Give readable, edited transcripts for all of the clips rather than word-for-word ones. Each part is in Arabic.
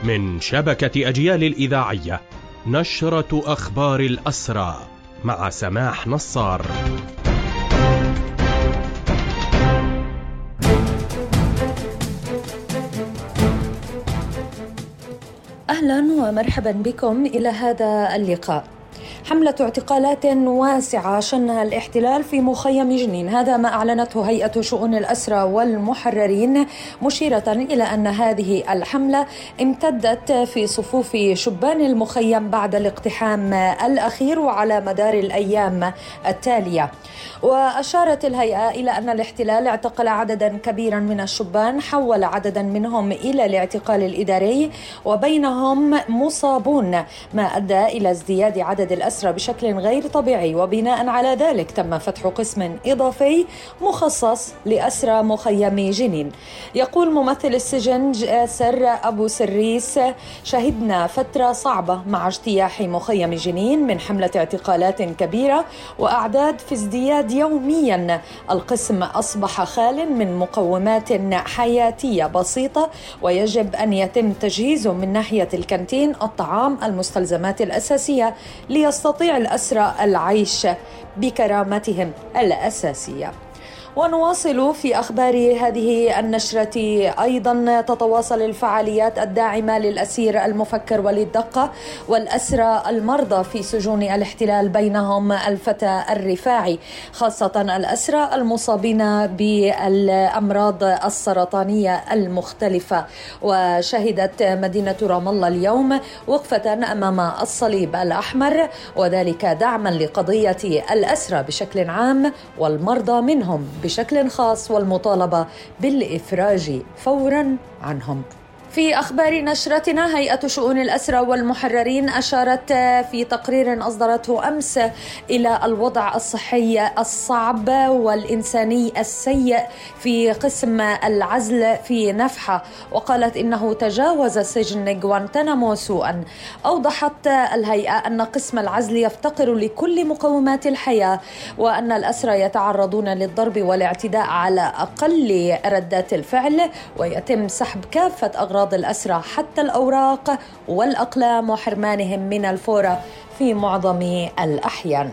من شبكة أجيال الإذاعية، نشرة أخبار الأسرى مع سماح نصار. أهلا ومرحبا بكم إلى هذا اللقاء. حملة اعتقالات واسعة شنها الاحتلال في مخيم جنين، هذا ما أعلنته هيئة شؤون الأسرى والمحررين، مشيرة إلى أن هذه الحملة امتدت في صفوف شبان المخيم بعد الاقتحام الأخير وعلى مدار الأيام التالية. وأشارت الهيئة إلى أن الاحتلال اعتقل عددا كبيرا من الشبان، حول عددا منهم إلى الاعتقال الإداري، وبينهم مصابون، ما أدى إلى ازدياد عدد الأسرى بشكل غير طبيعي. وبناء على ذلك تم فتح قسم إضافي مخصص لأسرى مخيم جنين. يقول ممثل السجن جاسر أبو سريس: شهدنا فترة صعبة مع اجتياح مخيم جنين من حملة اعتقالات كبيرة وأعداد في ازدياد يوميا. القسم أصبح خال من مقومات حياتية بسيطة، ويجب أن يتم تجهيزه من ناحية الكانتين، الطعام، المستلزمات الأساسية ليستطيع الأسرى العيش بكرامتهم الأساسية. ونواصل في أخبار هذه النشرة. أيضا تتواصل الفعاليات الداعمة للأسير المفكر وليد دقة والأسرى المرضى في سجون الاحتلال، بينهم الفتى الرفاعي، خاصة الأسرى المصابين بالأمراض السرطانية المختلفة. وشهدت مدينة رام الله اليوم وقفة أمام الصليب الأحمر، وذلك دعما لقضية الأسرى بشكل عام والمرضى منهم بشكل خاص، والمطالبة بالإفراج فوراً عنهم. في أخبار نشرتنا، هيئة شؤون الأسرى والمحررين أشارت في تقرير أصدرته أمس إلى الوضع الصحي الصعب والإنساني السيء في قسم العزل في نفحة، وقالت إنه تجاوز سجن غوانتنامو سوءا. أوضحت الهيئة أن قسم العزل يفتقر لكل مقومات الحياة، وأن الأسرى يتعرضون للضرب والاعتداء على أقل ردات الفعل، ويتم سحب كافة أغراض الأسرى حتى الأوراق والأقلام، وحرمانهم من الفورة في معظم الأحيان.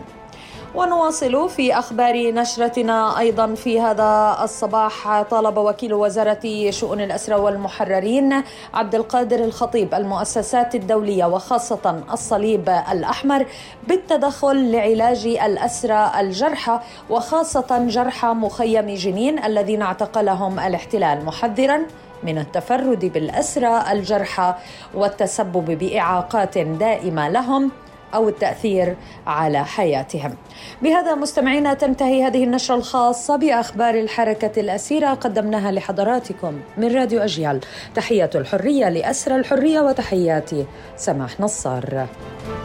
ونواصل في أخبار نشرتنا. أيضا في هذا الصباح طالب وكيل وزارة شؤون الأسرى والمحررين عبد القادر الخطيب المؤسسات الدولية وخاصة الصليب الأحمر بالتدخل لعلاج الأسرى الجرحى، وخاصة جرحى مخيم جنين الذين اعتقلهم الاحتلال، محذرا من التفرد بالأسرى الجرحى والتسبب بإعاقات دائمة لهم أو التأثير على حياتهم. بهذا مستمعينا تنتهي هذه النشرة الخاصة بأخبار الحركة الأسيرة، قدمناها لحضراتكم من راديو أجيال. تحية الحرية لأسرى الحرية، وتحياتي سماح نصار.